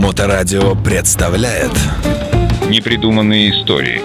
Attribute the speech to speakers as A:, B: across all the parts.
A: Моторадио представляет
B: Непридуманные истории.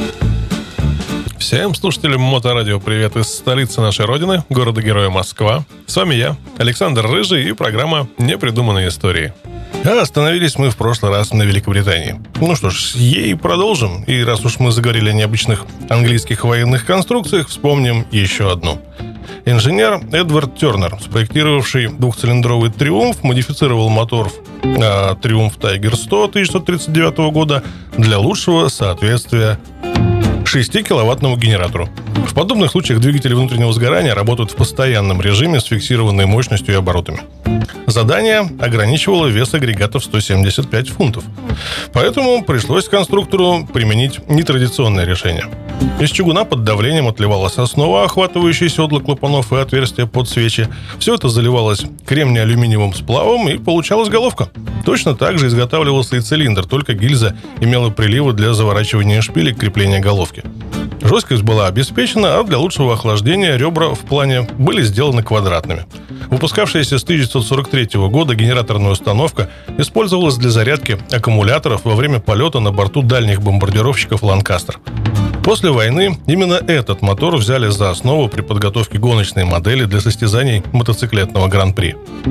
C: Всем слушателям Моторадио привет из столицы нашей родины, города-героя Москва. С вами я, Александр Рыжий, и программа «Непридуманные истории». А остановились мы в прошлый раз на Великобритании. Ну что ж, ей продолжим. И раз уж мы заговорили о необычных английских военных конструкциях, вспомним еще одну. Инженер Эдвард Тернер, спроектировавший двухцилиндровый «Триумф», модифицировал мотор «Триумф Тайгер 100» 1939 года для лучшего соответствия 6-киловаттному генератору. В подобных случаях двигатели внутреннего сгорания работают в постоянном режиме с фиксированной мощностью и оборотами. Задание ограничивало вес агрегата в 175 фунтов. Поэтому пришлось конструктору применить нетрадиционное решение. Из чугуна под давлением отливалась основа, охватывающая седла клапанов и отверстия под свечи. Все это заливалось кремний-алюминиевым сплавом, и получалась головка. Точно так же изготавливался и цилиндр, только гильза имела приливы для заворачивания шпилек и крепления головки. Жесткость была обеспечена, а для лучшего охлаждения ребра в плане были сделаны квадратными. Выпускавшаяся с 1943 года генераторная установка использовалась для зарядки аккумуляторов во время полета на борту дальних бомбардировщиков «Ланкастер». После войны именно этот мотор взяли за основу при подготовке гоночной модели для состязаний мотоциклетного гран-при.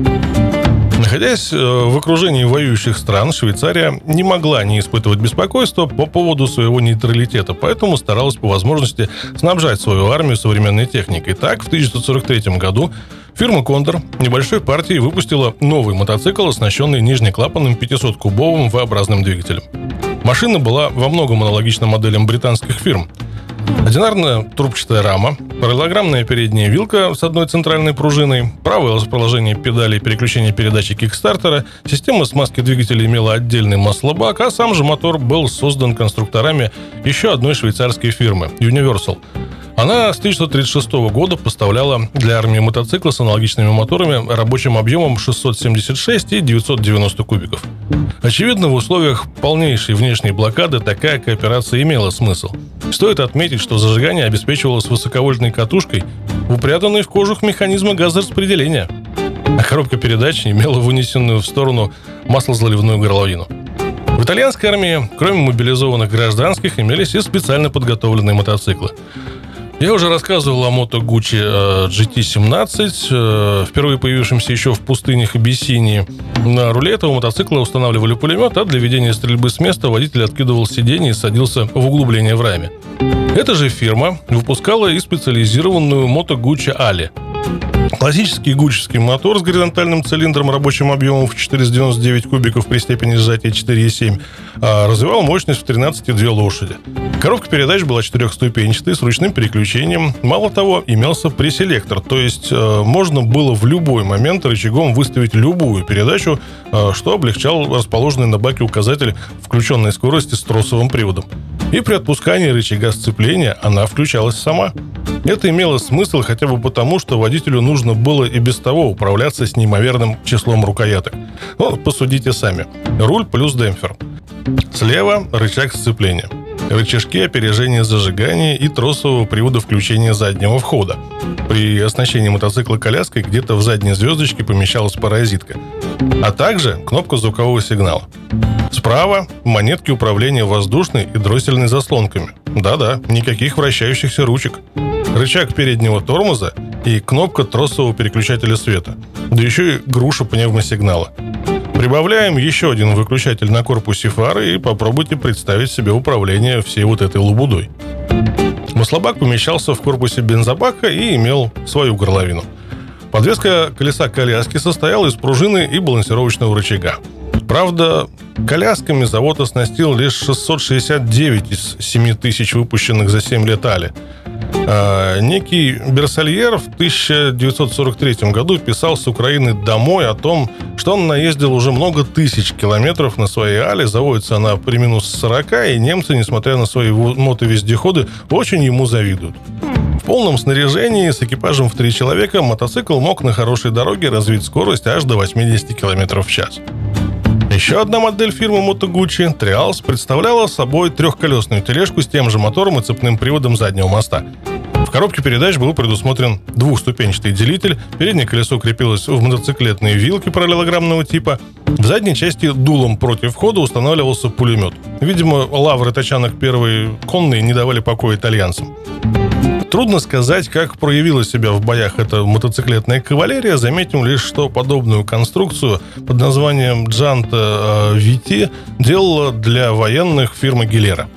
C: Находясь в окружении воюющих стран, Швейцария не могла не испытывать беспокойства по поводу своего нейтралитета, поэтому старалась по возможности снабжать свою армию современной техникой. Так, в 1943 году фирма «Кондор» небольшой партией выпустила новый мотоцикл, оснащенный нижнеклапанным 500-кубовым V-образным двигателем. Машина была во многом аналогична моделям британских фирм. Одинарная трубчатая рама, параллелограммная передняя вилка с одной центральной пружиной, правое расположение педалей переключения передачи кикстартера, система смазки двигателя имела отдельный маслобак, а сам же мотор был создан конструкторами еще одной швейцарской фирмы – Universal. Она с 1936 года поставляла для армии мотоцикла с аналогичными моторами рабочим объемом 676 и 990 кубиков. Очевидно, в условиях полнейшей внешней блокады такая кооперация имела смысл. Стоит отметить, что зажигание обеспечивалось высоковольтной катушкой, упрятанной в кожух механизма газораспределения, а коробка передач имела вынесенную в сторону маслозаливную горловину. В итальянской армии, кроме мобилизованных гражданских, имелись и специально подготовленные мотоциклы. Я уже рассказывал о Moto Guzzi GT17, впервые появившемся еще в пустынях Абиссинии. На руле этого мотоцикла устанавливали пулемет, а для ведения стрельбы с места водитель откидывал сиденье и садился в углубление в раме. Эта же фирма выпускала и специализированную Moto Guzzi Ali. Классический гуччевский мотор с горизонтальным цилиндром рабочим объемом в 499 кубиков при степени сжатия 4,7 развивал мощность в 13,2 лошади. Коробка передач была четырехступенчатой с ручным переключением. Мало того, имелся преселектор, то есть можно было в любой момент рычагом выставить любую передачу, что облегчал расположенный на баке указатель включенной скорости с тросовым приводом. И при отпускании рычага сцепления она включалась сама. Это имело смысл хотя бы потому, что водителю нужно было и без того управляться с неимоверным числом рукояток. Ну, посудите сами. Руль плюс демпфер. Слева рычаг сцепления. Рычажки опережения зажигания и тросового привода включения заднего входа. При оснащении мотоцикла коляской где-то в задней звездочке помещалась паразитка. А также кнопка звукового сигнала. Справа монетки управления воздушной и дроссельной заслонками. Да-да, никаких вращающихся ручек. Рычаг переднего тормоза и кнопка тросового переключателя света. Да еще и груша пневмосигнала. Прибавляем еще один выключатель на корпусе фары и попробуйте представить себе управление всей вот этой лабудой. Маслобак помещался в корпусе бензобака и имел свою горловину. Подвеска колеса коляски состояла из пружины и балансировочного рычага. Правда, колясками завод оснастил лишь 669 из 7000 выпущенных за 7 лет Али. Некий Берсальер в 1943 году писал с Украины домой о том, что он наездил уже много тысяч километров на своей Али, заводится она при минус 40, и немцы, несмотря на свои мотовездеходы, очень ему завидуют. В полном снаряжении с экипажем в 3 человека мотоцикл мог на хорошей дороге развить скорость аж до 80 км в час. Еще одна модель фирмы Moto Guzzi, Trials, представляла собой трехколесную тележку с тем же мотором и цепным приводом заднего моста. В коробке передач был предусмотрен двухступенчатый делитель, переднее колесо крепилось в мотоциклетные вилки параллелограммного типа, в задней части дулом против хода устанавливался пулемет. Видимо, лавры тачанок первой конной не давали покоя итальянцам. Трудно сказать, как проявила себя в боях эта мотоциклетная кавалерия. Заметим лишь, что подобную конструкцию под названием Джанта VT делала для военных фирма Гилера.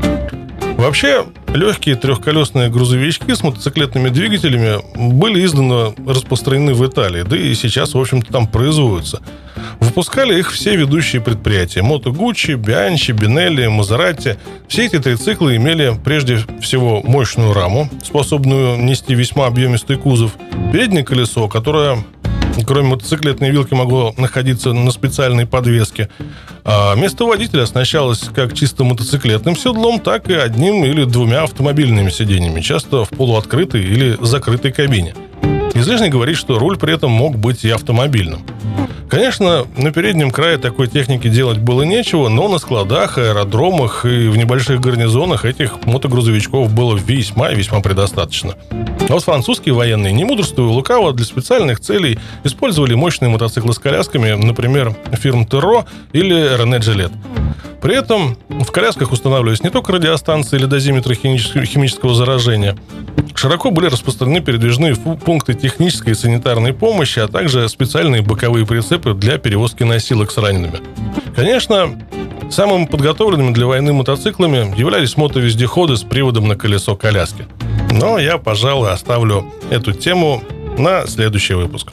C: Вообще, легкие трехколесные грузовички с мотоциклетными двигателями были издавна распространены в Италии, да и сейчас, в общем-то, там производятся. Выпускали их все ведущие предприятия. Мото Гуччи, Бианчи, Бинелли, Мазерати. Все эти трициклы имели прежде всего мощную раму, способную нести весьма объемистый кузов, переднее колесо, которое, кроме мотоциклетной вилки, могло находиться на специальной подвеске. А место водителя оснащалось как чисто мотоциклетным седлом, так и одним или двумя автомобильными сиденьями, часто в полуоткрытой или закрытой кабине. Излишне говорить, что руль при этом мог быть и автомобильным. Конечно, на переднем крае такой техники делать было нечего, но на складах, аэродромах и в небольших гарнизонах этих мотогрузовичков было весьма и весьма предостаточно. А вот французские военные, не мудрствуя лукаво, для специальных целей использовали мощные мотоциклы с колясками, например, фирм Терро или Рене Джилет. При этом в колясках устанавливались не только радиостанции или дозиметры химического заражения. Широко были распространены передвижные пункты технической и санитарной помощи, а также специальные боковые прицепы для перевозки носилок с ранеными. Конечно, самыми подготовленными для войны мотоциклами являлись мотовездеходы с приводом на колесо коляски. Но я, пожалуй, оставлю эту тему на следующий выпуск.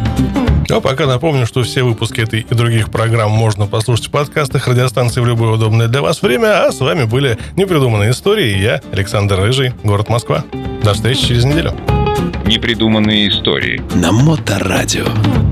C: А пока напомню, что все выпуски этой и других программ можно послушать в подкастах радиостанции в любое удобное для вас время. А с вами были «Непридуманные истории» и я, Александр Рыжий, город Москва. До встречи через неделю.
B: Непридуманные истории.
A: На Моторадио.